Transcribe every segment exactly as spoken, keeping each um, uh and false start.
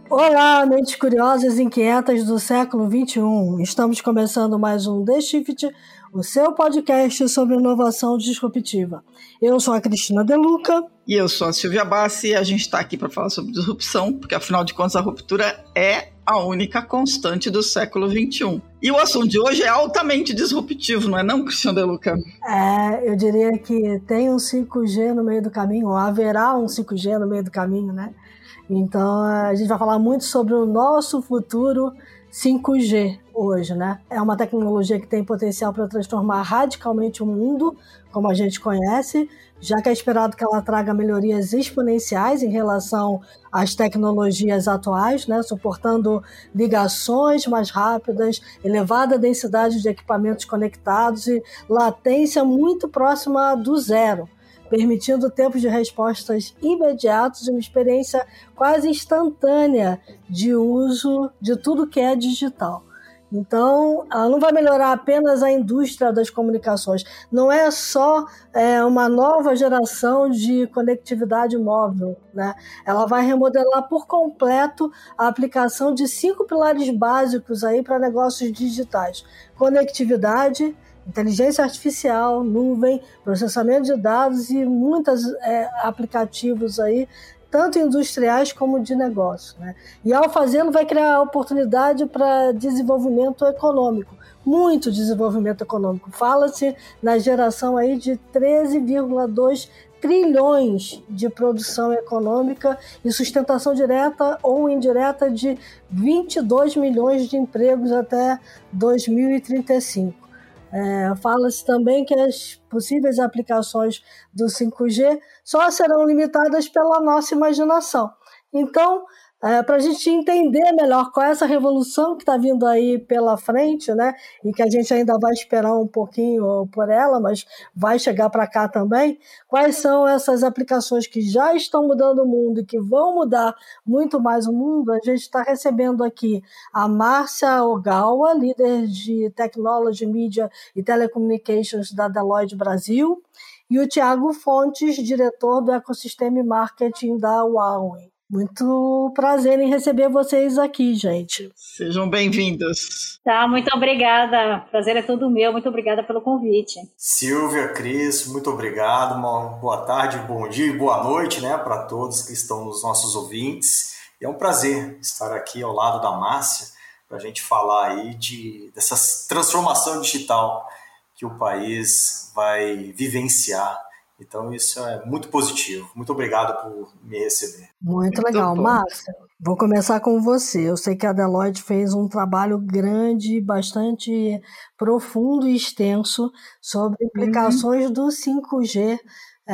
Olá, mentes curiosas e inquietas do século vinte e um. Estamos começando mais um The Shift, o seu podcast sobre inovação disruptiva. Eu sou a Cristina De Luca. E eu sou a Silvia Bassi e a gente está aqui para falar sobre disrupção, porque afinal de contas a ruptura é a única constante do século vinte e um. E o assunto de hoje é altamente disruptivo, não é não, Cristina De Luca? É, eu diria que tem um cinco G no meio do caminho, ou haverá um cinco G no meio do caminho, né? Então, a gente vai falar muito sobre o nosso futuro cinco G hoje, né? É uma tecnologia que tem potencial para transformar radicalmente o mundo, como a gente conhece, já que é esperado que ela traga melhorias exponenciais em relação às tecnologias atuais, né? Suportando ligações mais rápidas, elevada densidade de equipamentos conectados e latência muito próxima do zero, permitindo tempos de respostas imediatos e uma experiência quase instantânea de uso de tudo que é digital. Então, ela não vai melhorar apenas a indústria das comunicações, não é só é, uma nova geração de conectividade móvel, né? Ela vai remodelar por completo a aplicação de cinco pilares básicos aí para negócios digitais: conectividade, inteligência artificial, nuvem, processamento de dados e muitos é, aplicativos aí, tanto industriais como de negócio, né? E ao fazê-lo vai criar oportunidade para desenvolvimento econômico, muito desenvolvimento econômico. Fala-se na geração aí de treze vírgula dois trilhões de produção econômica e sustentação direta ou indireta de vinte e dois milhões de empregos até dois mil e trinta e cinco. É, fala-se também que as possíveis aplicações do cinco G só serão limitadas pela nossa imaginação. Então, é, para a gente entender melhor qual é essa revolução que está vindo aí pela frente, né, e que a gente ainda vai esperar um pouquinho por ela, mas vai chegar para cá também, quais são essas aplicações que já estão mudando o mundo e que vão mudar muito mais o mundo, a gente está recebendo aqui a Márcia Ogawa, líder de Technology, Media e Telecommunications da Deloitte Brasil, e o Thiago Fontes, diretor do ecossistema e marketing da Huawei. Muito prazer em receber vocês aqui, gente. Sejam bem-vindos. Tá, muito obrigada. Prazer é todo meu. Muito obrigada pelo convite. Silvia, Cris, muito obrigado. Uma boa tarde, bom dia e boa noite, né, para todos que estão nos nossos ouvintes. E é um prazer estar aqui ao lado da Márcia para a gente falar aí de, dessa transformação digital que o país vai vivenciar. Então, isso é muito positivo. Muito obrigado por me receber. Muito, muito legal. bom. Márcia, vou começar com você. Eu sei que a Deloitte fez um trabalho grande, bastante profundo e extenso sobre implicações uhum. do cinco G é,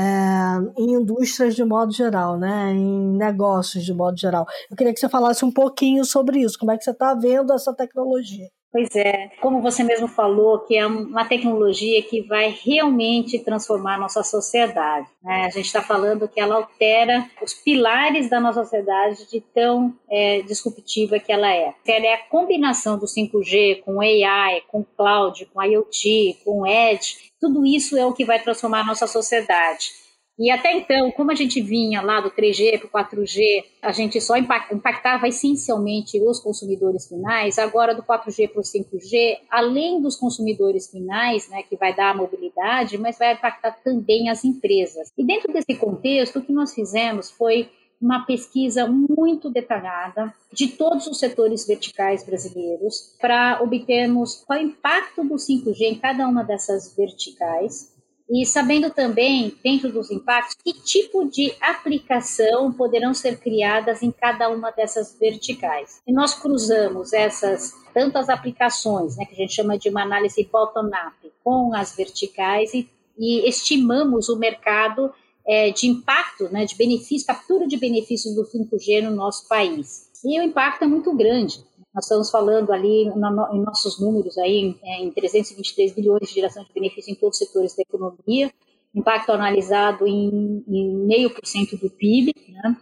em indústrias de modo geral, né? Em negócios de modo geral. Eu queria que você falasse um pouquinho sobre isso. Como é que você está vendo essa tecnologia? Pois é, como você mesmo falou, que é uma tecnologia que vai realmente transformar a nossa sociedade, né? A gente está falando que ela altera os pilares da nossa sociedade de tão é, disruptiva que ela é. Ela é a combinação do cinco G com A I, com cloud, com IoT, com Edge, tudo isso é o que vai transformar a nossa sociedade. E até então, como a gente vinha lá do três G para o quatro G, a gente só impactava essencialmente os consumidores finais, agora do quatro G para o cinco G, além dos consumidores finais, né, que vai dar a mobilidade, mas vai impactar também as empresas. E dentro desse contexto, o que nós fizemos foi uma pesquisa muito detalhada de todos os setores verticais brasileiros para obtermos qual é o impacto do cinco G em cada uma dessas verticais, e sabendo também, dentro dos impactos, que tipo de aplicação poderão ser criadas em cada uma dessas verticais. E nós cruzamos essas tantas aplicações, né, que a gente chama de uma análise bottom-up, com as verticais e, e estimamos o mercado é, de impacto, né, de benefício, captura de benefícios do cinco G no nosso país. E o impacto é muito grande. Nós estamos falando ali em nossos números aí, em trezentos e vinte e três bilhões de geração de benefício em todos os setores da economia, impacto analisado em, em zero vírgula cinco por cento do P I B, né?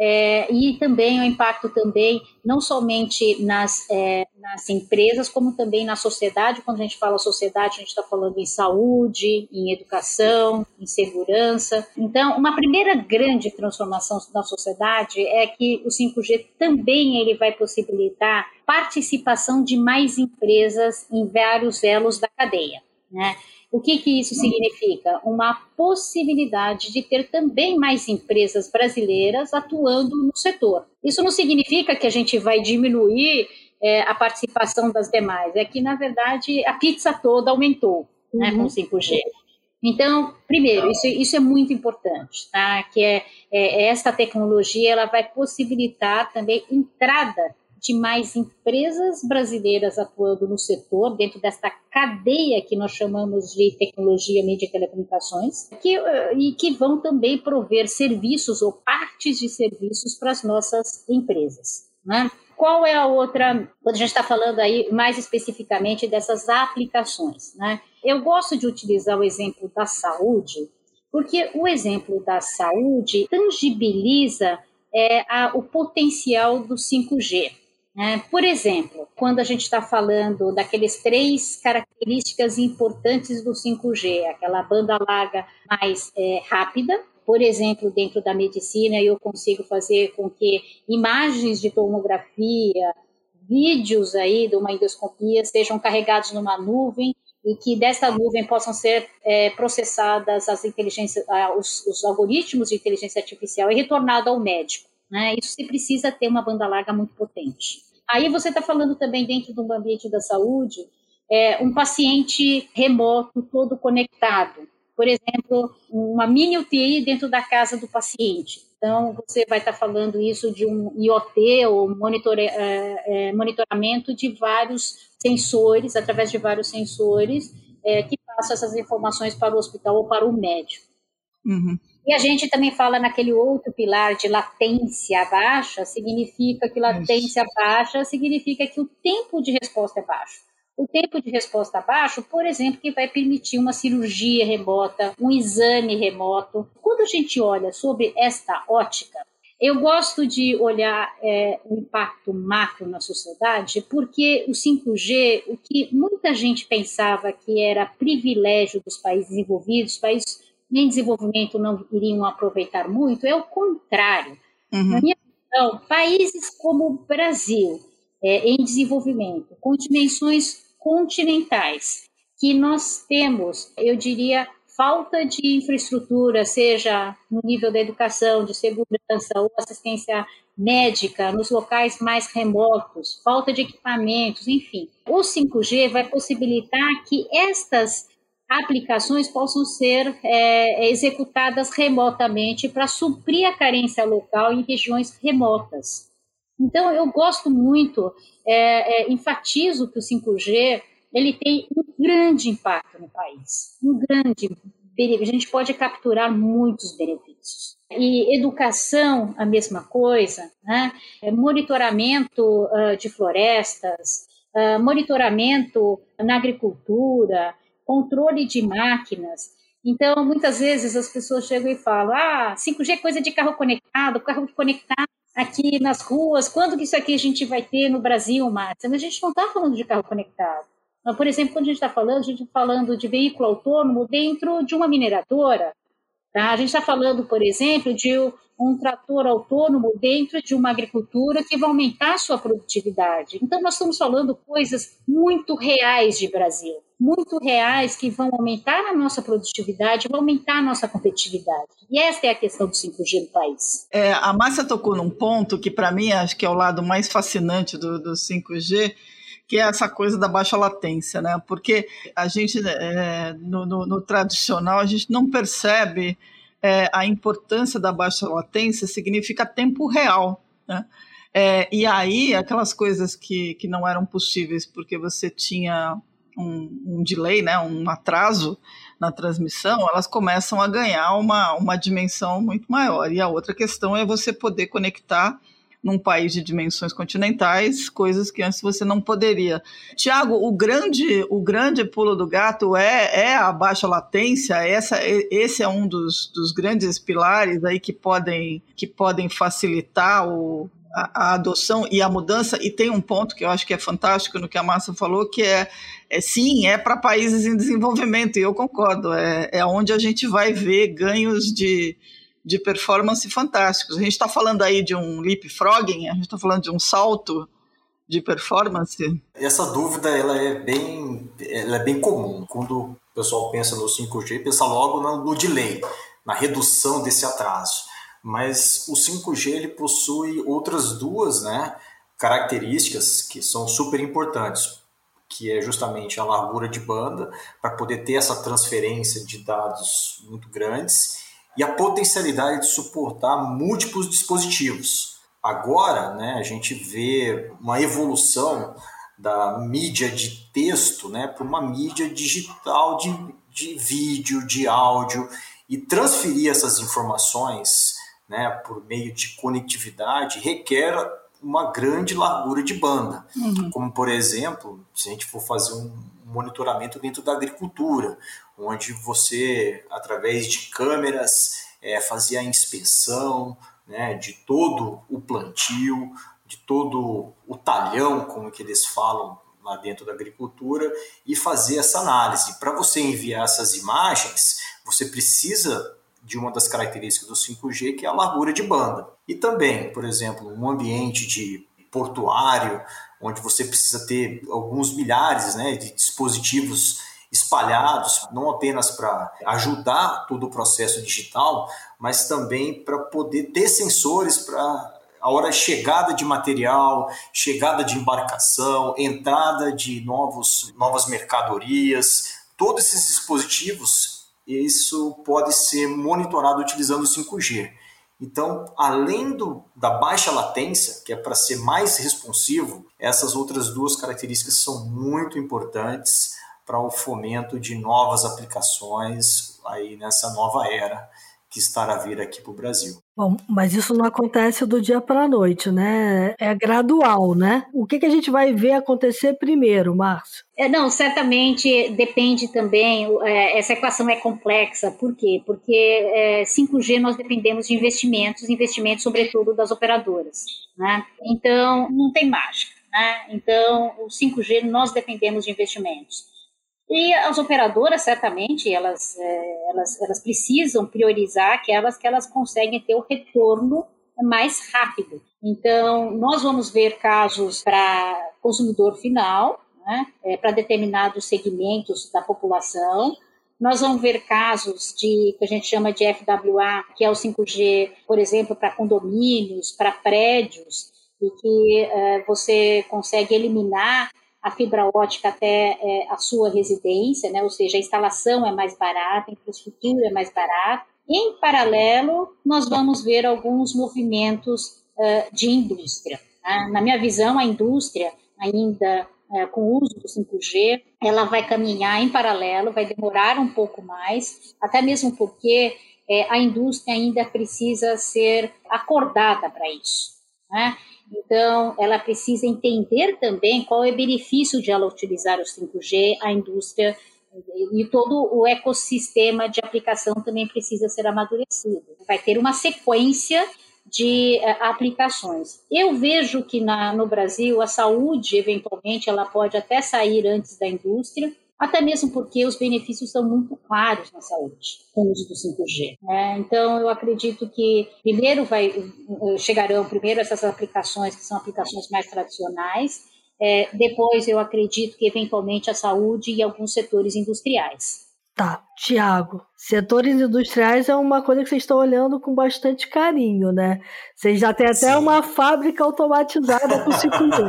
É, e também o impacto também, não somente nas, é, nas empresas, como também na sociedade. Quando a gente fala sociedade, a gente está falando em saúde, em educação, em segurança. Então, uma primeira grande transformação na sociedade é que o cinco G também ele vai possibilitar participação de mais empresas em vários elos da cadeia, né? O que, que isso significa? Uma possibilidade de ter também mais empresas brasileiras atuando no setor. Isso não significa que a gente vai diminuir é, a participação das demais, é que, na verdade, a pizza toda aumentou, uhum. né, com o cinco G. Então, primeiro, isso, isso é muito importante, tá? Que é, é, essa tecnologia ela vai possibilitar também entrada de mais empresas brasileiras atuando no setor, dentro desta cadeia que nós chamamos de tecnologia, mídia e telecomunicações, que, e que vão também prover serviços ou partes de serviços para as nossas empresas, né? Qual é a outra, quando a gente está falando aí mais especificamente dessas aplicações, né? Eu gosto de utilizar o exemplo da saúde, porque o exemplo da saúde tangibiliza é, a, o potencial do cinco G. É, por exemplo, quando a gente está falando daqueles três características importantes do cinco G, aquela banda larga mais é, rápida, por exemplo, dentro da medicina eu consigo fazer com que imagens de tomografia, vídeos aí de uma endoscopia sejam carregados numa nuvem e que dessa nuvem possam ser é, processadas as inteligências, os, os algoritmos de inteligência artificial e retornado ao médico. Né? Isso você precisa ter uma banda larga muito potente. Aí você está falando também dentro do ambiente da saúde, é, um paciente remoto, todo conectado. Por exemplo, uma mini U T I dentro da casa do paciente. Então, você vai estar tá falando isso de um I O T, ou monitor, é, é, monitoramento de vários sensores, através de vários sensores, é, que passam essas informações para o hospital ou para o médico. Uhum. E a gente também fala naquele outro pilar de latência baixa, significa que latência Isso. baixa significa que o tempo de resposta é baixo. O tempo de resposta baixo, por exemplo, que vai permitir uma cirurgia remota, um exame remoto. Quando a gente olha sobre esta ótica, eu gosto de olhar é, o impacto macro na sociedade, porque o cinco G, o que muita gente pensava que era privilégio dos países desenvolvidos, países em desenvolvimento não iriam aproveitar muito, é o contrário. Uhum. Na minha visão, países como o Brasil, é, em desenvolvimento, com dimensões continentais, que nós temos, eu diria, falta de infraestrutura, seja no nível da educação, de segurança ou assistência médica, nos locais mais remotos, falta de equipamentos, enfim. O cinco G vai possibilitar que estas aplicações possam ser é, executadas remotamente para suprir a carência local em regiões remotas. Então, eu gosto muito, é, é, enfatizo que o cinco G ele tem um grande impacto no país, um grande benefício. A gente pode capturar muitos benefícios. E educação, a mesma coisa, né? Monitoramento uh, de florestas, uh, monitoramento na agricultura, controle de máquinas. Então, muitas vezes as pessoas chegam e falam, ah, cinco G é coisa de carro conectado, carro conectado aqui nas ruas, quando que isso aqui a gente vai ter no Brasil, Márcia? Mas a gente não está falando de carro conectado. Mas, por exemplo, quando a gente está falando, a gente está falando de veículo autônomo dentro de uma mineradora. Tá? A gente está falando, por exemplo, de um trator autônomo dentro de uma agricultura que vai aumentar a sua produtividade. Então, nós estamos falando coisas muito reais de Brasil, muito reais que vão aumentar a nossa produtividade, vão aumentar a nossa competitividade. E essa é a questão do cinco G no país. É, a Márcia tocou num ponto que, para mim, acho que é o lado mais fascinante do, do cinco G, que é essa coisa da baixa latência, né? Porque a gente, é, no, no, no tradicional, a gente não percebe é, a importância da baixa latência, significa tempo real, né? É, e aí, aquelas coisas que, que não eram possíveis porque você tinha um, um delay, né? Um atraso na transmissão, elas começam a ganhar uma, uma dimensão muito maior. E a outra questão é você poder conectar num país de dimensões continentais, coisas que antes você não poderia. Tiago, o grande, o grande pulo do gato é, é a baixa latência, essa, esse é um dos, dos grandes pilares aí que podem, que podem facilitar o, a, a adoção e a mudança, e tem um ponto que eu acho que é fantástico no que a Márcia falou, que é, é sim, é para países em desenvolvimento, e eu concordo, é, é onde a gente vai ver ganhos de de performance fantásticos. A gente está falando aí de um leapfrogging, a gente está falando de um salto de performance. Essa dúvida ela é, bem, ela é bem comum. Quando o pessoal pensa no cinco G, pensa logo no, no delay, na redução desse atraso. Mas o cinco G ele possui outras duas, né, características que são super importantes, que é justamente a largura de banda, para poder ter essa transferência de dados muito grandes, e a potencialidade de suportar múltiplos dispositivos. Agora, né, a gente vê uma evolução da mídia de texto, né, para uma mídia digital de, de vídeo, de áudio, e transferir essas informações, né, por meio de conectividade requer uma grande largura de banda. Uhum. Como, por exemplo, se a gente for fazer um monitoramento dentro da agricultura, onde você, através de câmeras, é, fazia a inspeção, né, de todo o plantio, de todo o talhão, como que eles falam lá dentro da agricultura, e fazer essa análise. Para você enviar essas imagens, você precisa de uma das características do cinco G, que é a largura de banda. E também, por exemplo, um ambiente de portuário, onde você precisa ter alguns milhares, né, de dispositivos espalhados, não apenas para ajudar todo o processo digital, mas também para poder ter sensores para a hora de chegada de material, chegada de embarcação, entrada de novos, novas mercadorias. Todos esses dispositivos, isso pode ser monitorado utilizando o cinco G. Então, além do, da baixa latência, que é para ser mais responsivo, essas outras duas características são muito importantes para o fomento de novas aplicações aí nessa nova era que está a vir aqui para o Brasil. Bom, mas isso não acontece do dia para a noite, né? É gradual, né? O que, que a gente vai ver acontecer primeiro, Márcio? É, não, certamente depende também, é, essa equação é complexa. Por quê? Porque é, cinco G nós dependemos de investimentos, investimentos sobretudo das operadoras, né? Então, não tem mágica, né? Então, o cinco G nós dependemos de investimentos. E as operadoras, certamente, elas, elas, elas precisam priorizar aquelas que elas conseguem ter o retorno mais rápido. Então, nós vamos ver casos para consumidor final, né, é, para determinados segmentos da população. Nós vamos ver casos de que a gente chama de F W A, que é o cinco G, por exemplo, para condomínios, para prédios, e que é, você consegue eliminar a fibra ótica até é, a sua residência, né? Ou seja, a instalação é mais barata, a infraestrutura é mais barata. Em paralelo, nós vamos ver alguns movimentos uh, de indústria. Né? Na minha visão, a indústria, ainda uh, com o uso do cinco G, ela vai caminhar em paralelo, vai demorar um pouco mais, até mesmo porque uh, a indústria ainda precisa ser acordada para isso, né? Então, ela precisa entender também qual é o benefício de ela utilizar o cinco G, a indústria e todo o ecossistema de aplicação também precisa ser amadurecido. Vai ter uma sequência de uh, aplicações. Eu vejo que na, no Brasil a saúde, eventualmente, ela pode até sair antes da indústria, até mesmo porque os benefícios são muito claros na saúde com o uso do cinco G. Né? Então, eu acredito que primeiro vai, chegarão primeiro essas aplicações, que são aplicações mais tradicionais, é, depois eu acredito que, eventualmente, a saúde e alguns setores industriais. Tá, Tiago, setores industriais é uma coisa que vocês estão olhando com bastante carinho, né? Vocês já têm até sim. uma fábrica automatizada com cinco G.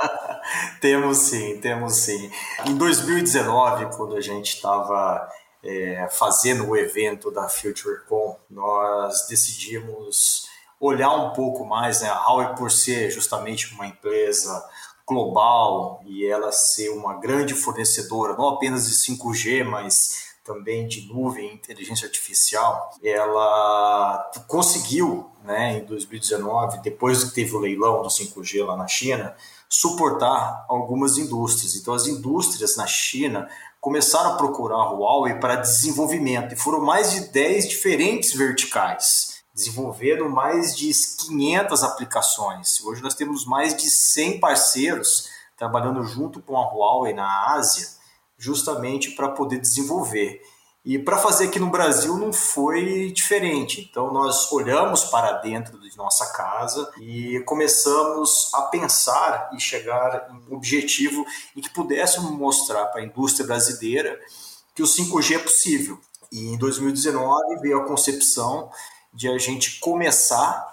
Temos sim, temos sim. Em dois mil e dezenove, quando a gente estava é, fazendo o evento da FutureCon, nós decidimos olhar um pouco mais, né? A Huawei, por ser justamente uma empresa global e ela ser uma grande fornecedora, não apenas de cinco G, mas também de nuvem e inteligência artificial, ela conseguiu, né, em dois mil e dezenove, depois que teve o leilão do cinco G lá na China, suportar algumas indústrias. Então, as indústrias na China começaram a procurar a Huawei para desenvolvimento, e foram mais de dez diferentes verticais, desenvolvendo mais de quinhentas aplicações. Hoje nós temos mais de cem parceiros trabalhando junto com a Huawei na Ásia, justamente para poder desenvolver. E para fazer aqui no Brasil não foi diferente. Então nós olhamos para dentro de nossa casa e começamos a pensar e chegar em um objetivo em que pudéssemos mostrar para a indústria brasileira que o cinco G é possível. E em dois mil e dezenove veio a concepção de a gente começar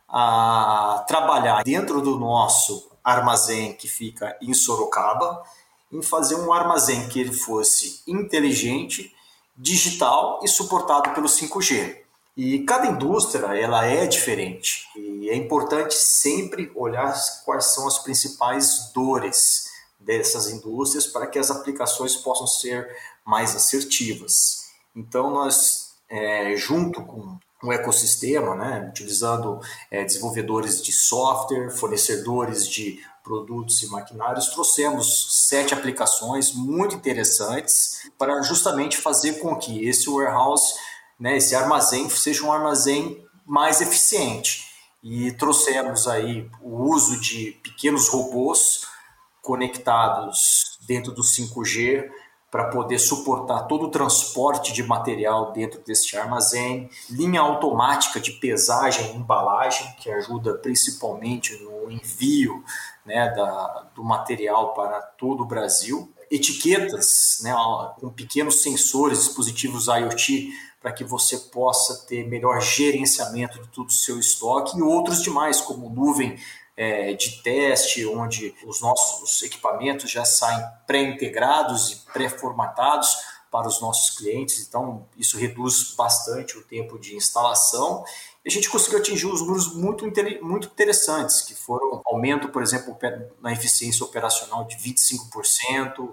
a trabalhar dentro do nosso armazém que fica em Sorocaba, em fazer um armazém que ele fosse inteligente, digital e suportado pelo cinco G. E cada indústria ela é diferente e é importante sempre olhar quais são as principais dores dessas indústrias para que as aplicações possam ser mais assertivas. Então nós, é, junto com um ecossistema, né, utilizando é, desenvolvedores de software, fornecedores de produtos e maquinários, trouxemos sete aplicações muito interessantes para justamente fazer com que esse warehouse, né, esse armazém, seja um armazém mais eficiente. E trouxemos aí o uso de pequenos robôs conectados dentro do cinco G, para poder suportar todo o transporte de material dentro deste armazém, linha automática de pesagem e embalagem, que ajuda principalmente no envio, né, da, do material para todo o Brasil, etiquetas, né, com pequenos sensores, dispositivos IoT, para que você possa ter melhor gerenciamento de todo o seu estoque, e outros demais, como nuvem É, de teste, onde os nossos equipamentos já saem pré-integrados e pré-formatados para os nossos clientes. Então, isso reduz bastante o tempo de instalação. E a gente conseguiu atingir uns números muito, muito interessantes, que foram aumento, por exemplo, na eficiência operacional de vinte e cinco por cento,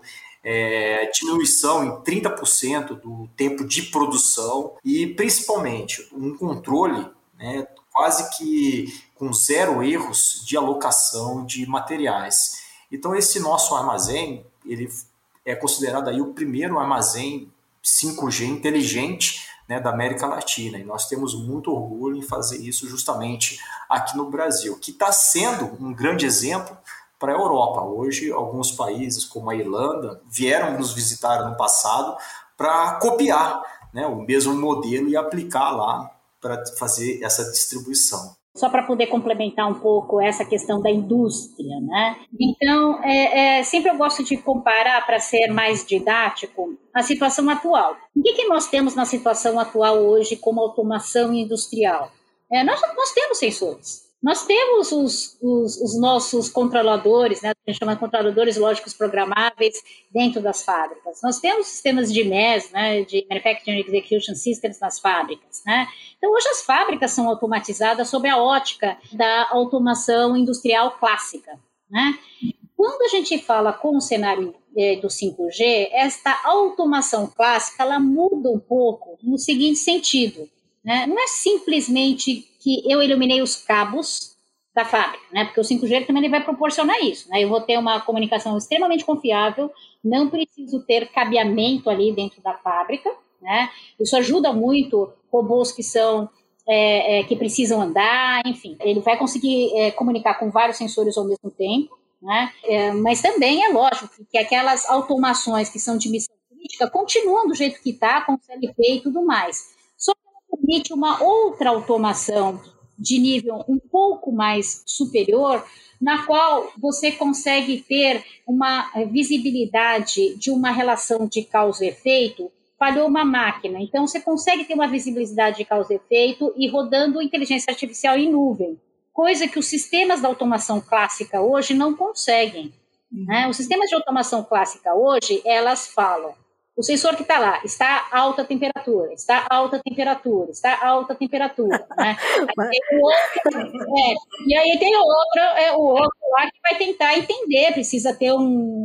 é, diminuição em trinta por cento do tempo de produção e, principalmente, um controle, né, quase que com zero erros de alocação de materiais. Então, esse nosso armazém, ele é considerado aí o primeiro armazém cinco G inteligente, né, da América Latina. E nós temos muito orgulho em fazer isso justamente aqui no Brasil, que está sendo um grande exemplo para a Europa. Hoje, alguns países, como a Irlanda, vieram nos visitar no passado para copiar, né, o mesmo modelo e aplicar lá para fazer essa distribuição. Só para poder complementar um pouco essa questão da indústria, né? Então, é, é, sempre eu gosto de comparar, para ser mais didático, a situação atual. O que, que nós temos na situação atual hoje como automação industrial? É, nós, nós temos sensores. Nós temos os, os, os nossos controladores, né? A gente chama de controladores lógicos programáveis dentro das fábricas. Nós temos sistemas de M E S, né? De Manufacturing Execution Systems nas fábricas, né? Então, hoje as fábricas são automatizadas sob a ótica da automação industrial clássica, né? Quando a gente fala com o cenário eh, do cinco G, esta automação clássica ela muda um pouco no seguinte sentido, né? Não é simplesmente que eu eliminei os cabos da fábrica, né? Porque o cinco G também ele vai proporcionar isso, né? Eu vou ter uma comunicação extremamente confiável, não preciso ter cabeamento ali dentro da fábrica, né? Isso ajuda muito robôs que são é, é, que precisam andar, enfim, ele vai conseguir é, comunicar com vários sensores ao mesmo tempo, né? É, mas também é lógico que, que aquelas automações que são de missão crítica continuam do jeito que está, com o C L P e tudo mais. Só que ela permite uma outra automação de nível um pouco mais superior, na qual você consegue ter uma visibilidade de uma relação de causa e efeito. Falhou uma máquina, então você consegue ter uma visibilidade de causa e efeito e rodando inteligência artificial em nuvem, coisa que os sistemas da automação clássica hoje não conseguem, né? Os sistemas de automação clássica hoje, elas falam, o sensor que está lá está alta temperatura, está alta temperatura, está alta temperatura, né? Aí tem o outro, é, e aí tem o outro, é, o outro lá que vai tentar entender, precisa ter um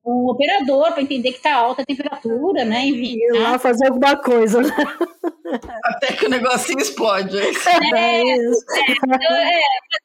um operador para entender que está alta a temperatura, né? Enfim, ir lá fazer alguma coisa, né? Até que o negocinho explode. É, é, isso. É, então, é,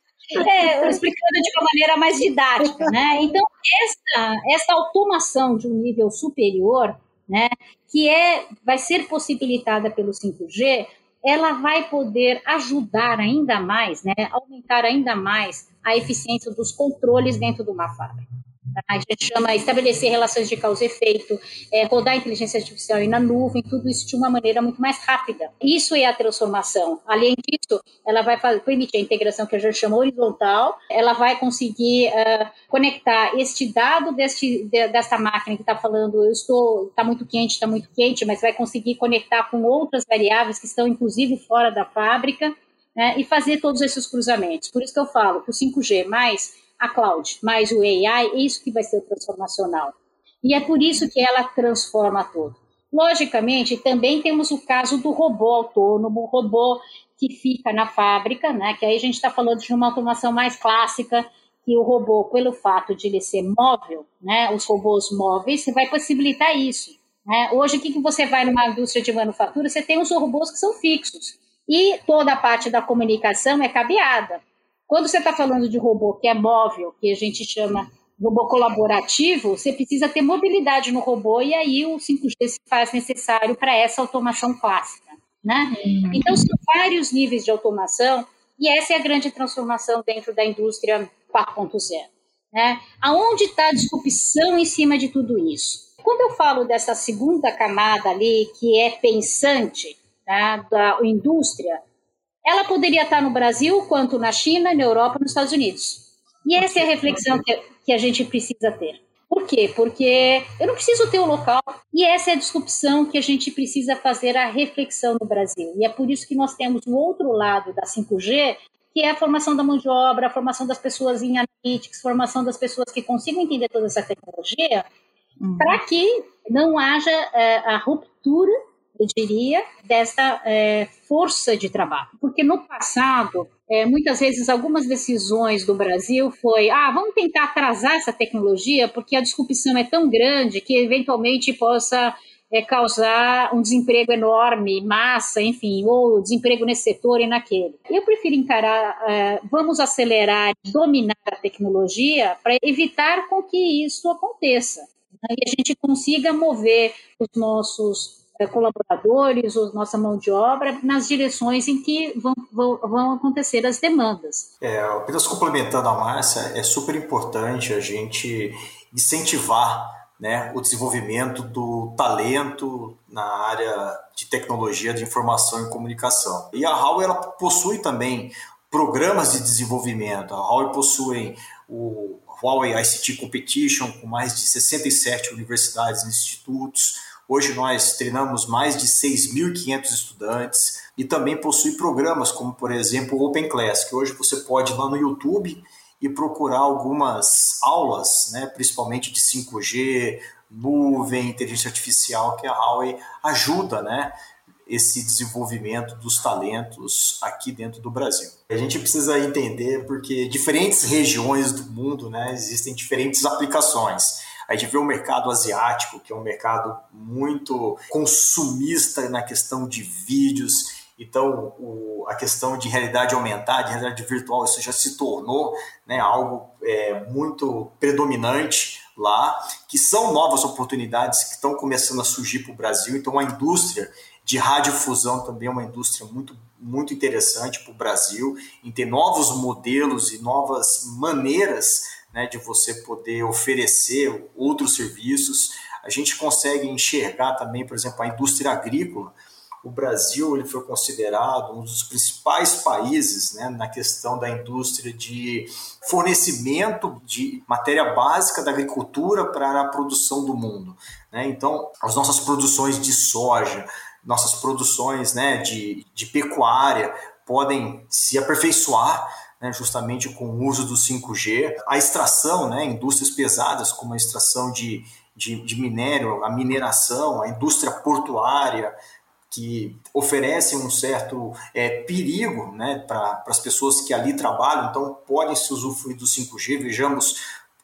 é, explicando de uma maneira mais didática, né? Então, essa, essa automação de um nível superior, né, que é, vai ser possibilitada pelo cinco G, ela vai poder ajudar ainda mais, né, aumentar ainda mais a eficiência dos controles dentro de uma fábrica. A gente chama estabelecer relações de causa e efeito, é, rodar a inteligência artificial aí na nuvem, tudo isso de uma maneira muito mais rápida. Isso é a transformação. Além disso, ela vai fazer, permitir a integração que a gente chama horizontal, ela vai conseguir uh, conectar este dado deste, de, desta máquina que está falando, eu estou, está muito quente, está muito quente, mas vai conseguir conectar com outras variáveis que estão inclusive fora da fábrica, né, e fazer todos esses cruzamentos. Por isso que eu falo que o cinco G mais a cloud, mais o A I, é isso que vai ser o transformacional. E é por isso que ela transforma tudo. Logicamente, também temos o caso do robô autônomo, robô que fica na fábrica, né? Que aí a gente está falando de uma automação mais clássica, que o robô, pelo fato de ele ser móvel, né? Os robôs móveis, você vai possibilitar isso. Né? Hoje, o que, que você vai numa indústria de manufatura? Você tem os robôs que são fixos. E toda a parte da comunicação é cabeada. Quando você está falando de robô que é móvel, que a gente chama robô colaborativo, você precisa ter mobilidade no robô e aí o cinco G se faz necessário para essa automação clássica. Né? Uhum. Então, são vários níveis de automação e essa é a grande transformação dentro da indústria quatro ponto zero. Né? Aonde está a disrupção em cima de tudo isso? Quando eu falo dessa segunda camada ali, que é pensante, tá, da indústria, ela poderia estar no Brasil, quanto na China, na Europa, nos Estados Unidos. E essa é a reflexão que, que a gente precisa ter. Por quê? Porque eu não preciso ter o local. E essa é a disrupção que a gente precisa fazer a reflexão no Brasil. E é por isso que nós temos o outro lado da cinco G, que é a formação da mão de obra, a formação das pessoas em analytics, a formação das pessoas que consigam entender toda essa tecnologia, uhum. para que não haja é, a ruptura, eu diria, dessa é, força de trabalho. Porque no passado, é, muitas vezes, algumas decisões do Brasil foi, ah, vamos tentar atrasar essa tecnologia porque a disrupção é tão grande que eventualmente possa é, causar um desemprego enorme, massa, enfim, ou desemprego nesse setor e naquele. Eu prefiro encarar, é, vamos acelerar, dominar a tecnologia para evitar com que isso aconteça. Né, e a gente consiga mover os nossos colaboradores, ou nossa mão de obra, nas direções em que vão, vão, vão acontecer as demandas. É, apenas complementando a Márcia, é super importante a gente incentivar, né, o desenvolvimento do talento na área de tecnologia de informação e comunicação. E a Huawei, ela possui também programas de desenvolvimento. A Huawei possui o Huawei I C T Competition, com mais de sessenta e sete universidades e institutos. Hoje nós treinamos mais de seis mil e quinhentos estudantes e também possui programas como, por exemplo, o Open Class, que hoje você pode ir lá no YouTube e procurar algumas aulas, né, principalmente de cinco G, nuvem, inteligência artificial, que a Huawei ajuda, né, esse desenvolvimento dos talentos aqui dentro do Brasil. A gente precisa entender porque diferentes regiões do mundo, né, existem diferentes aplicações. A gente vê o mercado asiático, que é um mercado muito consumista na questão de vídeos. Então, o, a questão de realidade aumentada, de realidade virtual, isso já se tornou, né, algo é, muito predominante lá, que são novas oportunidades que estão começando a surgir para o Brasil. Então, a indústria de radiodifusão também é uma indústria muito, muito interessante para o Brasil, em ter novos modelos e novas maneiras, né, de você poder oferecer outros serviços. A gente consegue enxergar também, por exemplo, a indústria agrícola. O Brasil ele foi considerado um dos principais países, né, na questão da indústria de fornecimento de matéria básica da agricultura para a produção do mundo. Né? Então, as nossas produções de soja, nossas produções, né, de, de pecuária podem se aperfeiçoar, né, justamente com o uso do cinco G. A extração, né, indústrias pesadas como a extração de, de, de minério, a mineração, a indústria portuária, que oferecem um certo é, perigo, né, para as pessoas que ali trabalham, então podem se usufruir do cinco G. Vejamos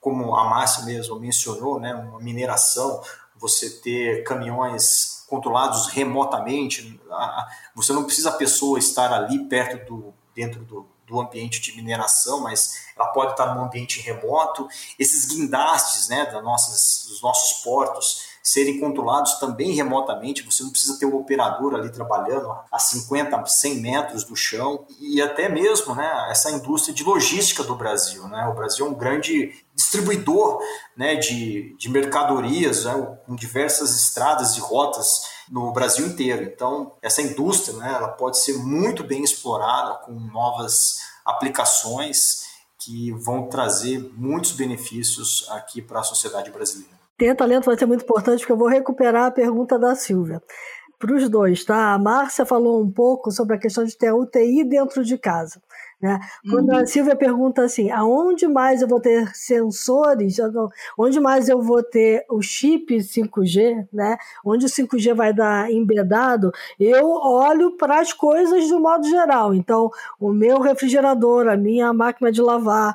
como a Márcia mesmo mencionou, né, uma mineração, você ter caminhões controlados remotamente, você não precisa a pessoa estar ali perto do, dentro do, do ambiente de mineração, mas ela pode estar num ambiente remoto. Esses guindastes, né, das nossas, dos nossos portos serem controlados também remotamente, você não precisa ter um operador ali trabalhando a cinquenta, cem metros do chão, e até mesmo, né, essa indústria de logística do Brasil, né? O Brasil é um grande distribuidor, né, de, de mercadorias, né, com diversas estradas e rotas no Brasil inteiro. Então, essa indústria, né, ela pode ser muito bem explorada com novas aplicações que vão trazer muitos benefícios aqui para a sociedade brasileira. Ter talento vai ser muito importante, porque eu vou recuperar a pergunta da Silvia. Para os dois, tá? A Márcia falou um pouco sobre a questão de ter a U T I dentro de casa, né? Quando uhum. a Silvia pergunta assim, aonde mais eu vou ter sensores, onde mais eu vou ter o chip cinco G, né? Onde o cinco G vai dar embedado, eu olho para as coisas de um modo geral. Então, o meu refrigerador, a minha máquina de lavar,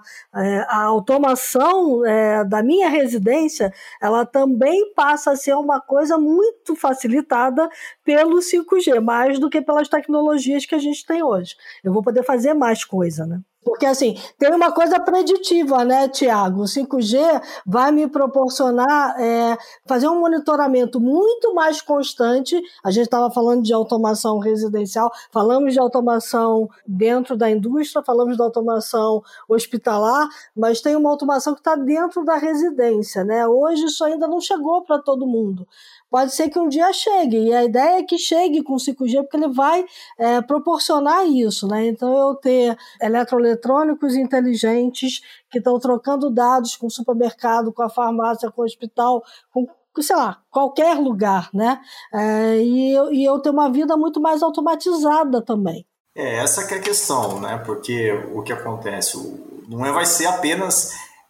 a automação da minha residência, ela também passa a ser uma coisa muito facilitada pelo cinco G, mais do que pelas tecnologias que a gente tem hoje. Eu vou poder fazer mais coisa, né? Porque, assim, tem uma coisa preditiva, né, Tiago? O cinco G vai me proporcionar é, fazer um monitoramento muito mais constante. A gente estava falando de automação residencial, falamos de automação dentro da indústria, falamos de automação hospitalar, mas tem uma automação que está dentro da residência, né? Hoje isso ainda não chegou para todo mundo. Pode ser que um dia chegue, e a ideia é que chegue com o cinco G, porque ele vai é, proporcionar isso, né? Então, eu ter eletroeletrônicos inteligentes que estão trocando dados com o supermercado, com a farmácia, com o hospital, com, sei lá, qualquer lugar, né? É, e, eu, e eu ter uma vida muito mais automatizada também. É, essa que é a questão, né? Porque o que acontece, não é, vai ser apenas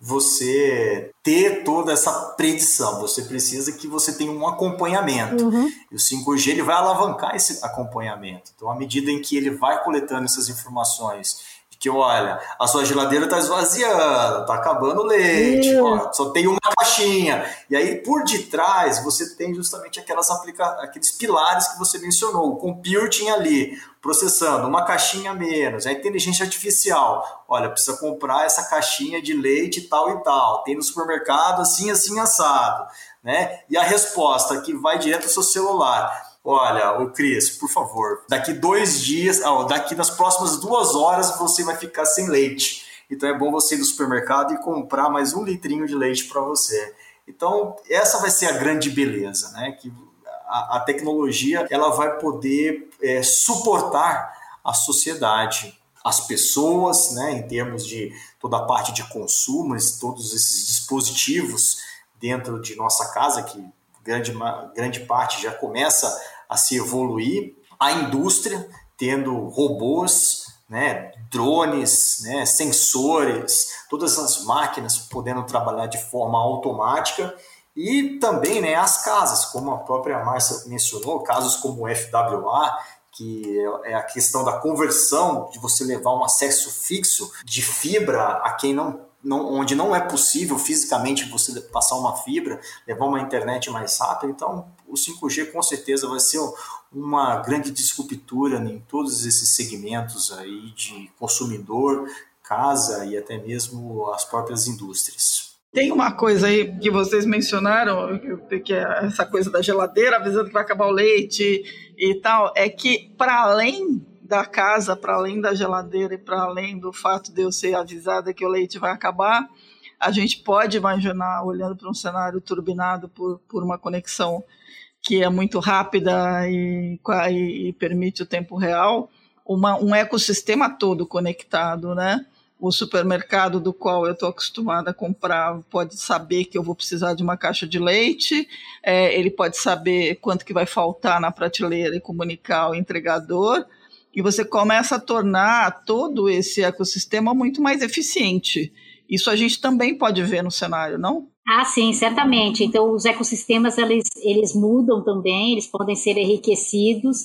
você ter toda essa predição, você precisa que você tenha um acompanhamento. Uhum. E o cinco G ele vai alavancar esse acompanhamento. Então, à medida em que ele vai coletando essas informações, de que, olha, a sua geladeira está esvaziando, está acabando o leite, uhum. ó, só tem uma caixinha. E aí, por detrás, você tem justamente aquelas aplica... aqueles pilares que você mencionou, o computing ali, processando uma caixinha a menos, a inteligência artificial, olha, precisa comprar essa caixinha de leite tal e tal, tem no supermercado assim, assim, assado, né? E a resposta que vai direto ao seu celular, olha, ô Cris, por favor, daqui dois dias, ó, daqui nas próximas duas horas você vai ficar sem leite, então é bom você ir no supermercado e comprar mais um litrinho de leite para você. Então, essa vai ser a grande beleza, né? Que a, a tecnologia ela vai poder é, suportar a sociedade, as pessoas, né, em termos de toda a parte de consumo, todos esses dispositivos dentro de nossa casa, que grande, grande parte já começa a se evoluir, a indústria tendo robôs, né, drones, né, sensores, todas as máquinas podendo trabalhar de forma automática, e também, né, as casas, como a própria Márcia mencionou, casos como o F W A, que é a questão da conversão, de você levar um acesso fixo de fibra a quem não, não, onde não é possível fisicamente você passar uma fibra, levar uma internet mais rápida. Então, o cinco G com certeza vai ser uma grande disruptura em todos esses segmentos aí de consumidor, casa e até mesmo as próprias indústrias. Tem uma coisa aí que vocês mencionaram, que é essa coisa da geladeira avisando que vai acabar o leite e tal, é que para além da casa, para além da geladeira e para além do fato de eu ser avisada que o leite vai acabar, a gente pode imaginar, olhando para um cenário turbinado por, por uma conexão que é muito rápida e, e, e permite o tempo real, uma, um ecossistema todo conectado, né? O supermercado do qual eu estou acostumada a comprar pode saber que eu vou precisar de uma caixa de leite, é, ele pode saber quanto que vai faltar na prateleira e comunicar ao entregador, e você começa a tornar todo esse ecossistema muito mais eficiente. Isso a gente também pode ver no cenário, não? Ah, sim, certamente. Então, os ecossistemas, eles, eles mudam também, eles podem ser enriquecidos,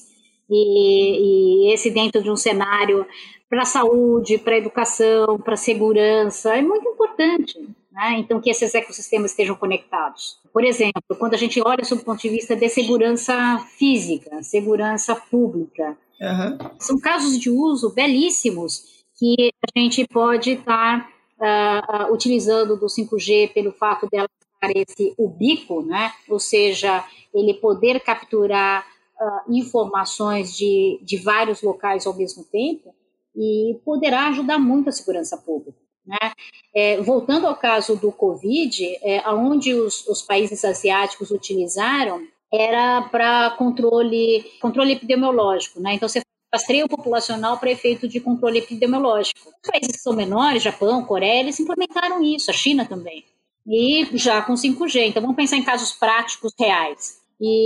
e, e esse dentro de um cenário para a saúde, para a educação, para a segurança, é muito importante, né? Então que esses ecossistemas estejam conectados. Por exemplo, quando a gente olha sob o ponto de vista de segurança física, segurança pública, uhum. são casos de uso belíssimos que a gente pode estar uh, uh, utilizando do cinco G pelo fato dela estar esse ubíquo, né? Ou seja, ele poder capturar uh, informações de, de vários locais ao mesmo tempo e poderá ajudar muito a segurança pública. Né? É, voltando ao caso do Covid, é, onde os, os países asiáticos utilizaram era para controle, controle epidemiológico, né? Então você rastreio populacional para efeito de controle epidemiológico. Os países que são menores, Japão, Coreia, eles implementaram isso, a China também, e já com cinco G. Então vamos pensar em casos práticos reais,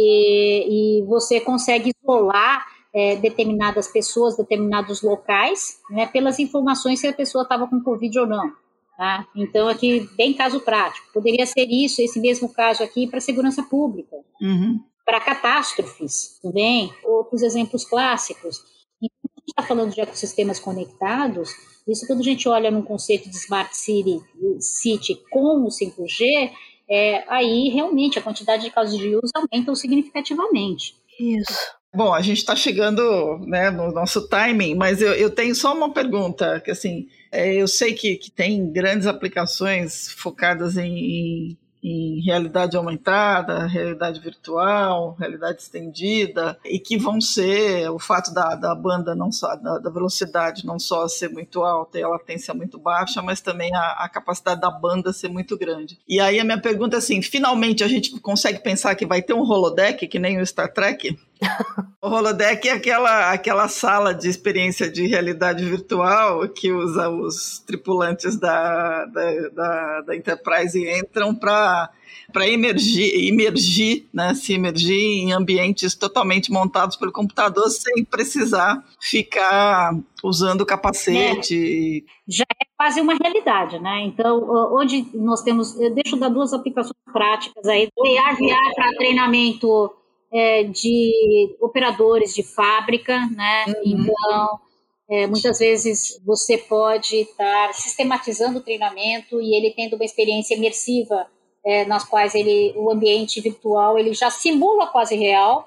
e, e você consegue isolar É, determinadas pessoas, determinados locais, né, pelas informações se a pessoa estava com Covid ou não. Tá? Então, aqui, bem caso prático. Poderia ser isso, esse mesmo caso aqui, para segurança pública, uhum. para catástrofes também, outros exemplos clássicos. Então, a gente está falando de ecossistemas conectados, isso quando a gente olha num conceito de Smart City, City com o cinco G, é, aí realmente a quantidade de casos de uso aumenta significativamente. Isso. Bom, a gente está chegando, né, no nosso timing, mas eu, eu tenho só uma pergunta, que assim, é, eu sei que, que tem grandes aplicações focadas em, em realidade aumentada, realidade virtual, realidade estendida, e que vão ser, o fato da, da banda, não só, da, da velocidade não só ser muito alta e a latência muito baixa, mas também a, a capacidade da banda ser muito grande. E aí a minha pergunta é assim, finalmente a gente consegue pensar que vai ter um holodeck, que nem o Star Trek? O holodeck é aquela, aquela sala de experiência de realidade virtual que usa os tripulantes da, da, da, da Enterprise e entram para para emergir, emergir né, se emergir em ambientes totalmente montados pelo computador sem precisar ficar usando capacete. É, já é quase uma realidade, né? Então, onde nós temos, eu deixo dar duas aplicações práticas aí, o A R V R para treinamento é, de operadores de fábrica, né? Uhum. Então, é, muitas vezes você pode estar sistematizando o treinamento e ele tendo uma experiência imersiva, É, nas quais ele, o ambiente virtual ele já simula quase real.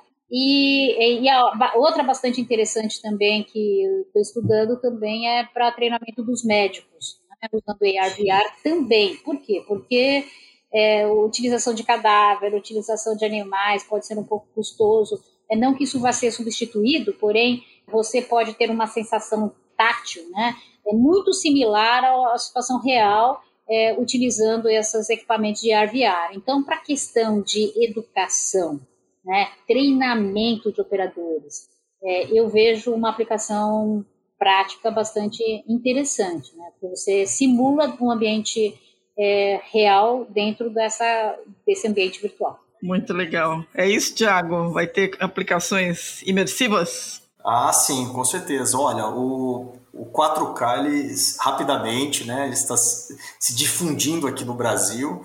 E, e a outra bastante interessante também que eu estou estudando também é para treinamento dos médicos, né, usando A R V R também. Por quê? Porque é, a utilização de cadáver, a utilização de animais pode ser um pouco custoso. É, não que isso vá ser substituído, porém você pode ter uma sensação tátil, né, é muito similar à situação real, É, utilizando esses equipamentos de A R V R. Então, para a questão de educação, né, treinamento de operadores, é, eu vejo uma aplicação prática bastante interessante, né, porque você simula um ambiente é, real dentro dessa, desse ambiente virtual. Muito legal. É isso, Thiago? Vai ter aplicações imersivas? Ah, sim, com certeza. Olha, o... O quatro K, ele, rapidamente, né, ele está se difundindo aqui no Brasil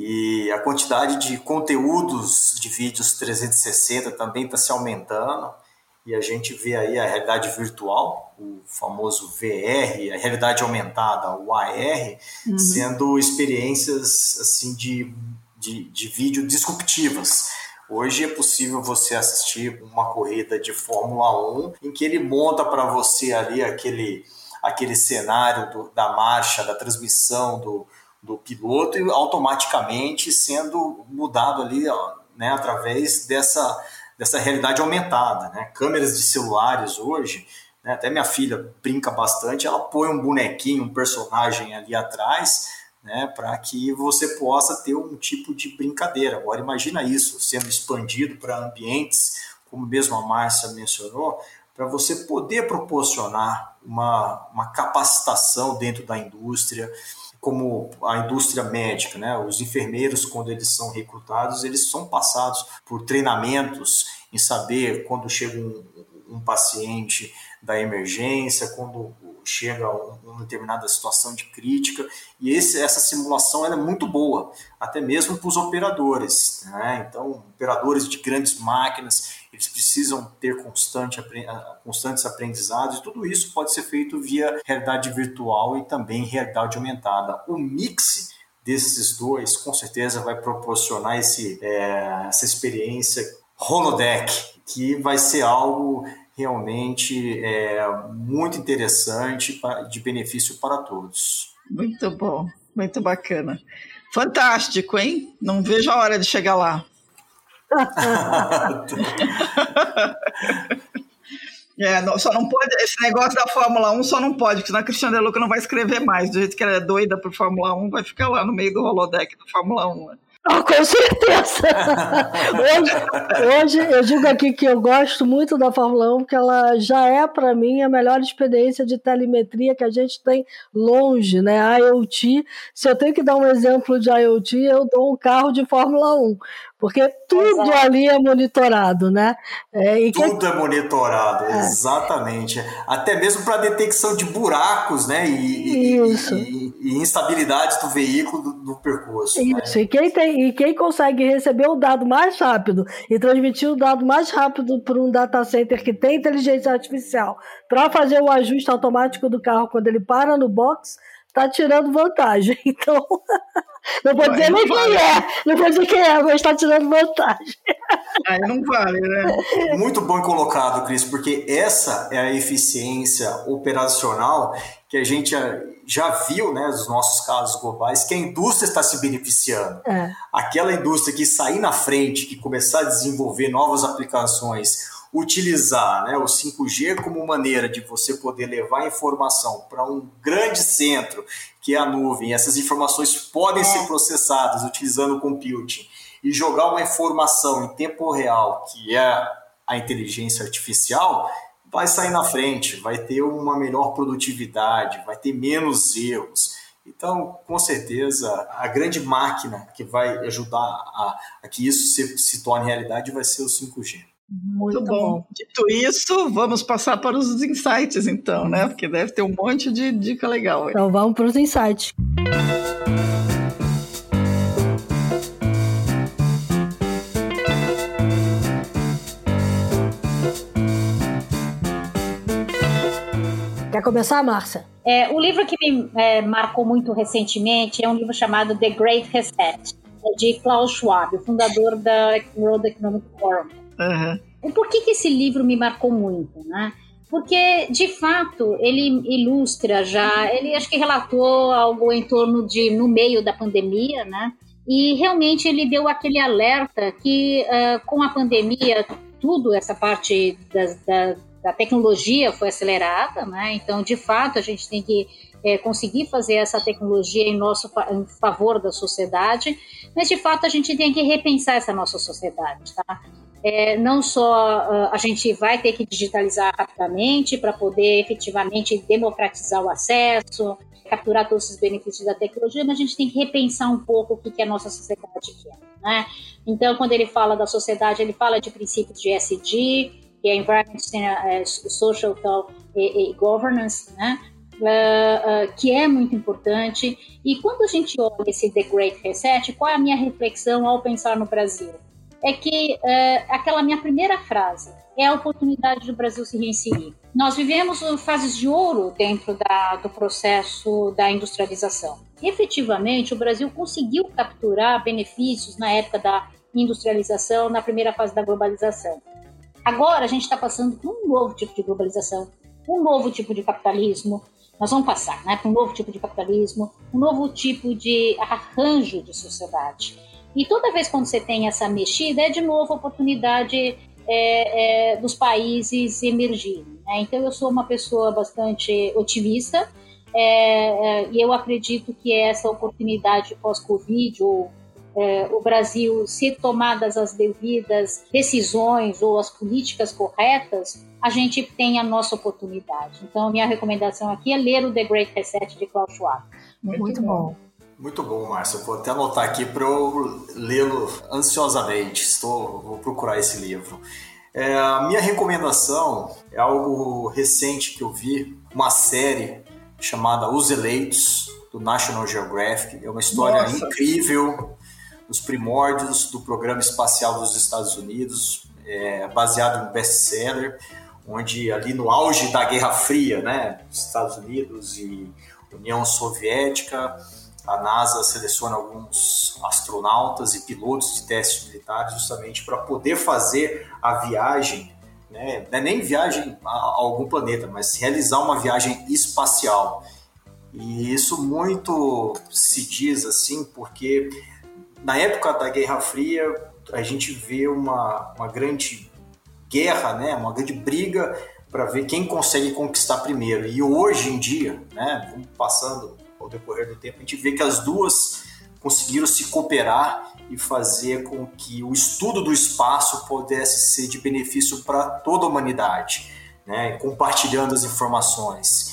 e a quantidade de conteúdos de vídeos trezentos e sessenta também está se aumentando e a gente vê aí a realidade virtual, o famoso V R, a realidade aumentada, o A R, uhum. sendo experiências assim, de, de, de vídeo disruptivas. Hoje é possível você assistir uma corrida de Fórmula um em que ele monta para você ali aquele, aquele cenário do, da marcha, da transmissão do, do piloto e automaticamente sendo mudado ali, né, através dessa, dessa realidade aumentada. Né? Câmeras de celulares hoje, né, até minha filha brinca bastante, ela põe um bonequinho, um personagem ali atrás, né, para que você possa ter um tipo de brincadeira. Agora imagina isso sendo expandido para ambientes, como mesmo a Márcia mencionou, para você poder proporcionar uma, uma capacitação dentro da indústria, como a indústria médica, né? Os enfermeiros, quando eles são recrutados, eles são passados por treinamentos em saber quando chega um, um paciente da emergência, quando chega a uma determinada situação de crítica, e esse, essa simulação ela é muito boa, até mesmo para os operadores, né? Então, operadores de grandes máquinas, eles precisam ter constante, constantes aprendizados, e tudo isso pode ser feito via realidade virtual e também realidade aumentada. O mix desses dois, com certeza vai proporcionar esse, é, essa experiência holodeck, que vai ser algo realmente é, muito interessante, de benefício para todos. Muito bom, muito bacana. Fantástico, hein? Não vejo a hora de chegar lá. É, não, só não pode, esse negócio da Fórmula um só não pode, porque senão a Cristiane De Luca não vai escrever mais. Do jeito que ela é doida por Fórmula um, vai ficar lá no meio do holodeck da Fórmula um. Né? Oh, com certeza! hoje, hoje eu digo aqui que eu gosto muito da Fórmula um, porque ela já é, para mim, a melhor experiência de telemetria que a gente tem longe, né? IoT. Se eu tenho que dar um exemplo de IoT, eu dou um carro de Fórmula um. Porque tudo Exato. ali é monitorado, né? É, e tudo que... é monitorado, é. exatamente. Até mesmo para detecção de buracos, né? E, Isso. E, e, e instabilidades do veículo, do, do percurso. Isso, né? e, quem tem, e quem consegue receber o dado mais rápido e transmitir o dado mais rápido para um data center que tem inteligência artificial para fazer o ajuste automático do carro quando ele para no box, está tirando vantagem. Então... Não vou dizer nem quem é, não vou dizer quem é, mas está tirando vantagem. Aí não vale, né? Muito bom colocado, Cris, porque essa é a eficiência operacional que a gente já viu, né, nos nossos casos globais, que a indústria está se beneficiando. É. Aquela indústria que sair na frente, que começar a desenvolver novas aplicações, utilizar, né, o cinco G como maneira de você poder levar informação para um grande centro, que é a nuvem. Essas informações podem é. ser processadas utilizando o computing e jogar uma informação em tempo real, que é a inteligência artificial, vai sair na frente, vai ter uma melhor produtividade, vai ter menos erros. Então, com certeza, a grande máquina que vai ajudar a, a que isso se, se torne realidade vai ser o cinco G. Muito, Muito bom. bom. Dito isso, vamos passar para os insights, então, né? Porque deve ter um monte de dica legal aí. Então, vamos para os insights. Quer começar, Márcia? É, o livro que me é, marcou muito recentemente é um livro chamado The Great Reset, de Klaus Schwab, o fundador da World Economic Forum. Uhum. Por que, que esse livro me marcou muito, né? Porque, de fato, ele ilustra já, ele acho que relatou algo em torno de, no meio da pandemia, né? E realmente ele deu aquele alerta que uh, com a pandemia, tudo, essa parte das, da, da tecnologia foi acelerada, né? Então, de fato, a gente tem que é, conseguir fazer essa tecnologia em, nosso, em favor da sociedade, mas, de fato, a gente tem que repensar essa nossa sociedade, tá? É, não só uh, a gente vai ter que digitalizar rapidamente para poder efetivamente democratizar o acesso, capturar todos os benefícios da tecnologia, mas a gente tem que repensar um pouco o que, que a nossa sociedade quer, né? Então, quando ele fala da sociedade, ele fala de princípios de E S G, que é Environment, Social e, e Governance, né? Uh, uh, que é muito importante. E quando a gente olha esse The Great Reset, qual é a minha reflexão ao pensar no Brasil? É que uh, aquela minha primeira frase é a oportunidade do Brasil se reinserir. Nós vivemos fases de ouro dentro da, do processo da industrialização. Efetivamente, o Brasil conseguiu capturar benefícios na época da industrialização, na primeira fase da globalização. Agora a gente está passando por um novo tipo de globalização, um novo tipo de capitalismo. Nós vamos passar, né, por um novo tipo de capitalismo, um novo tipo de arranjo de sociedade. E toda vez quando você tem essa mexida, é de novo a oportunidade é, é, dos países emergirem, né? Então eu sou uma pessoa bastante otimista é, é, e eu acredito que essa oportunidade pós-Covid, ou é, o Brasil, se tomadas as devidas decisões ou as políticas corretas, a gente tem a nossa oportunidade. Então, minha recomendação aqui é ler o The Great Reset de Klaus Schwab. Muito, Muito bom. bom. Muito bom, Márcia. Vou até anotar aqui para eu lê-lo ansiosamente. Estou, vou procurar esse livro. É, a minha recomendação é algo recente que eu vi, uma série chamada Os Eleitos, do National Geographic. É uma história Nossa. incrível, dos primórdios do programa espacial dos Estados Unidos, é, baseado no best-seller, onde ali no auge da Guerra Fria, né, Estados Unidos e União Soviética, a NASA seleciona alguns astronautas e pilotos de testes militares justamente para poder fazer a viagem, né? Não é nem viagem a algum planeta, mas realizar uma viagem espacial. E isso muito se diz assim porque na época da Guerra Fria a gente vê uma, uma grande guerra, né? Uma grande briga para ver quem consegue conquistar primeiro. E hoje em dia, né, passando ao decorrer do tempo, a gente vê que as duas conseguiram se cooperar e fazer com que o estudo do espaço pudesse ser de benefício para toda a humanidade, né, compartilhando as informações.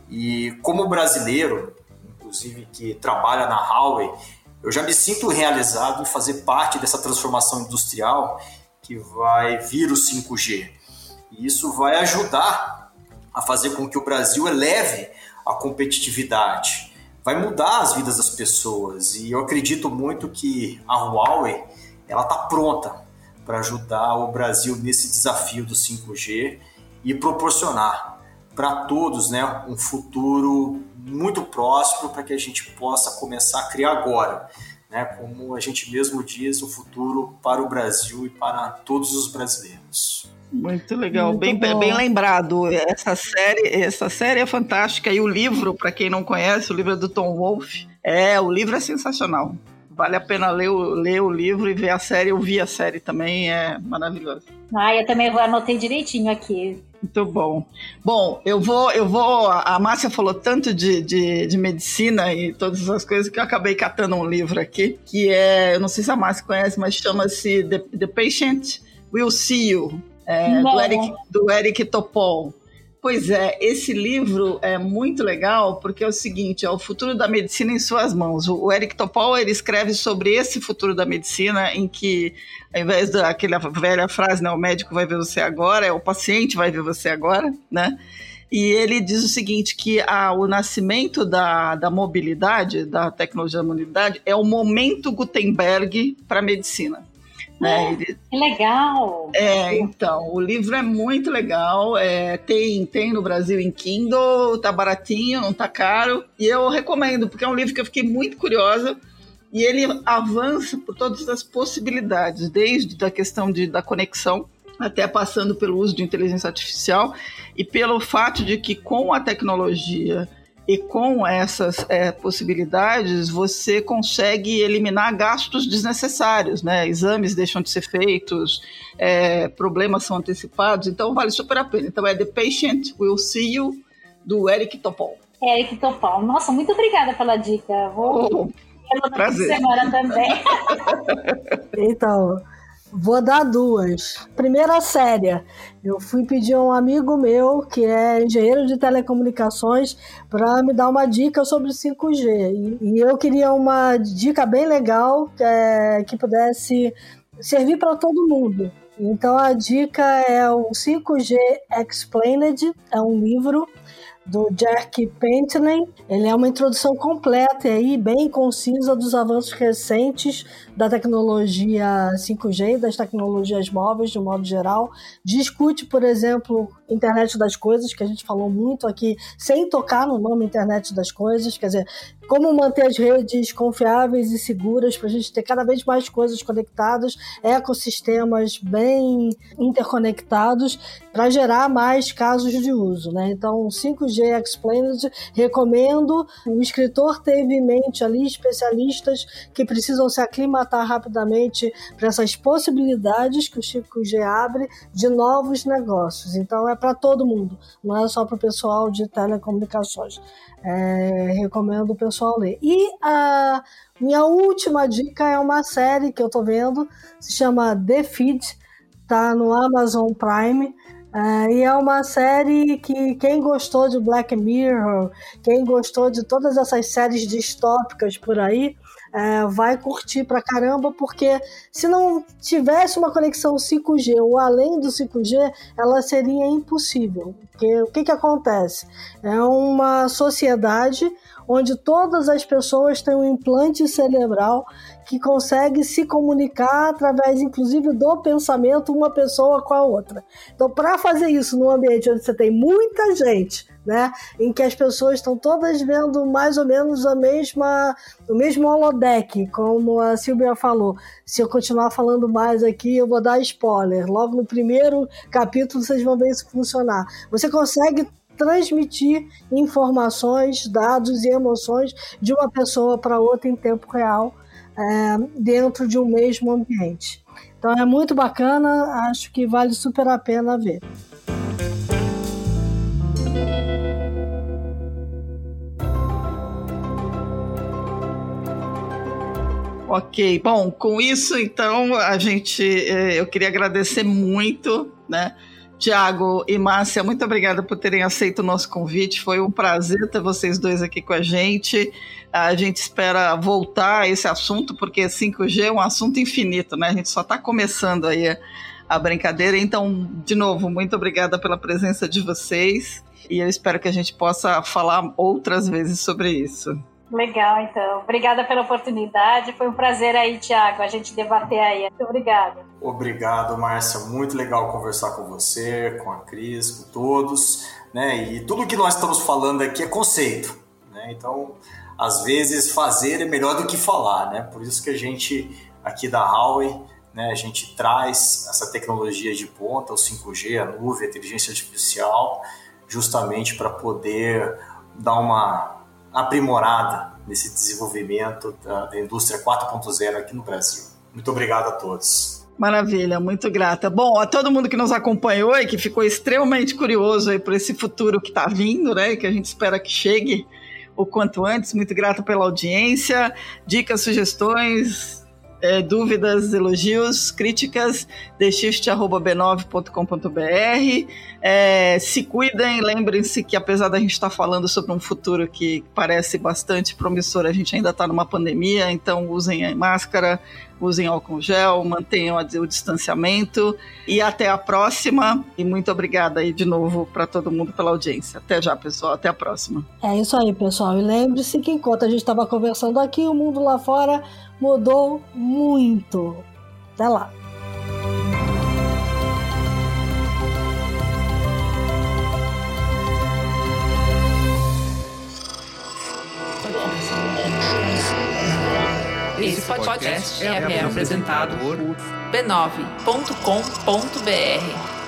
E como brasileiro, inclusive que trabalha na Huawei, eu já me sinto realizado em fazer parte dessa transformação industrial que vai vir o cinco G. E isso vai ajudar a fazer com que o Brasil eleve a competitividade. Vai mudar as vidas das pessoas. E eu acredito muito que a Huawei ela está pronta para ajudar o Brasil nesse desafio do cinco G e proporcionar para todos, né, um futuro muito próspero para que a gente possa começar a criar agora. Né, como a gente mesmo diz, o futuro para o Brasil e para todos os brasileiros. Muito legal, Muito bem, bem lembrado. Essa série, essa série é fantástica e o livro, para quem não conhece, o livro é do Tom Wolfe. É, o livro é sensacional. Vale a pena ler o, ler o livro e ver a série. Eu vi a série também, é maravilhoso. Ah, eu também anotei direitinho aqui. Muito bom. Bom, eu vou, eu vou. A Márcia falou tanto de, de, de medicina e todas essas coisas que eu acabei catando um livro aqui, que é, eu não sei se a Márcia conhece, mas chama-se The, The Patient Will See You, é, do, Eric, do Eric Topol. Pois é, esse livro é muito legal porque é o seguinte, é o futuro da medicina em suas mãos. O Eric Topol, ele escreve sobre esse futuro da medicina em que, ao invés daquela velha frase, né, o médico vai ver você agora, é o paciente vai ver você agora, né? E ele diz o seguinte, que a, o nascimento da, da mobilidade, da tecnologia da mobilidade, é o momento Gutenberg para a medicina. Né? Ele, que legal! É, então, o livro é muito legal, é, tem, tem no Brasil em Kindle, tá baratinho, não tá caro, e eu recomendo, porque é um livro que eu fiquei muito curiosa, e ele avança por todas as possibilidades, desde a questão de, da conexão, até passando pelo uso de inteligência artificial, e pelo fato de que com a tecnologia e com essas é, possibilidades, você consegue eliminar gastos desnecessários, né? Exames deixam de ser feitos, é, problemas são antecipados, então vale super a pena. Então é The Patient Will See You, do Eric Topol. Eric Topol. Nossa, muito obrigada pela dica. Vou... Oh, prazer. Semana também. Então... Vou dar duas. Primeira séria. Eu fui pedir a um amigo meu, que é engenheiro de telecomunicações, para me dar uma dica sobre cinco G. E, e eu queria uma dica bem legal é, que pudesse servir para todo mundo. Então a dica é o cinco G Explained, é um livro do Jack Pentland. Ele é uma introdução completa e aí, bem concisa dos avanços recentes da tecnologia cinco G, das tecnologias móveis de um modo geral. Discute, por exemplo, internet das coisas, que a gente falou muito aqui, sem tocar no nome internet das coisas, quer dizer, como manter as redes confiáveis e seguras para a gente ter cada vez mais coisas conectadas, ecossistemas bem interconectados, para gerar mais casos de uso, né? Então, cinco G Explained, recomendo. O escritor teve em mente ali especialistas que precisam se aclimatar rapidamente para essas possibilidades que o cinco G abre de novos negócios. Então, é para todo mundo, não é só para o pessoal de telecomunicações. É, recomendo o pessoal ler. E a minha última dica é uma série que eu estou vendo, se chama The Feed, está no Amazon Prime. Uh, e é uma série que quem gostou de Black Mirror, quem gostou de todas essas séries distópicas por aí, uh, vai curtir pra caramba, porque se não tivesse uma conexão cinco G ou além do cinco G, ela seria impossível. porque o que, que acontece? É uma sociedade onde todas as pessoas têm um implante cerebral que consegue se comunicar através, inclusive, do pensamento, uma pessoa com a outra. Então, para fazer isso num ambiente onde você tem muita gente, né, em que as pessoas estão todas vendo mais ou menos a mesma, o mesmo holodeck, como a Silvia falou. Se eu continuar falando mais aqui, eu vou dar spoiler. Logo no primeiro capítulo, vocês vão ver isso funcionar. Você consegue transmitir informações, dados e emoções de uma pessoa para outra em tempo real, é, dentro de um mesmo ambiente. Então é muito bacana, acho que vale super a pena ver. Ok, bom, com isso, então, a gente, eu queria agradecer muito, né, Tiago e Márcia, muito obrigada por terem aceito o nosso convite, foi um prazer ter vocês dois aqui com a gente, a gente espera voltar a esse assunto, porque cinco G é um assunto infinito, né, a gente só está começando aí a, a brincadeira, então, de novo, muito obrigada pela presença de vocês, e eu espero que a gente possa falar outras vezes sobre isso. Legal, então. Obrigada pela oportunidade. Foi um prazer aí, Tiago, a gente debater aí. Muito obrigada. Obrigado, Márcia. Muito legal conversar com você, com a Cris, com todos, né? E tudo que nós estamos falando aqui é conceito, né? Então, às vezes, fazer é melhor do que falar, né? Por isso que a gente, aqui da Huawei, né, a gente traz essa tecnologia de ponta, o cinco G, a nuvem, a inteligência artificial, justamente para poder dar uma aprimorada nesse desenvolvimento da, da indústria quatro ponto zero aqui no Brasil. Muito obrigado a todos. Maravilha, muito grata. Bom, a todo mundo que nos acompanhou e que ficou extremamente curioso aí por esse futuro que está vindo, né, que a gente espera que chegue o quanto antes, muito grata pela audiência, dicas, sugestões, é, dúvidas, elogios, críticas, deixiste arroba b nove ponto com ponto b r. É, se cuidem, lembrem-se que apesar da gente estar falando sobre um futuro que parece bastante promissor, a gente ainda está numa pandemia, então usem máscara, usem álcool gel, mantenham o distanciamento e até a próxima. E muito obrigada aí de novo para todo mundo pela audiência. Até já, pessoal. Até a próxima. É isso aí, pessoal. E lembre-se que enquanto a gente estava conversando aqui, o mundo lá fora mudou muito. Até lá. Esse podcast é apresentado por b nove ponto com ponto b r.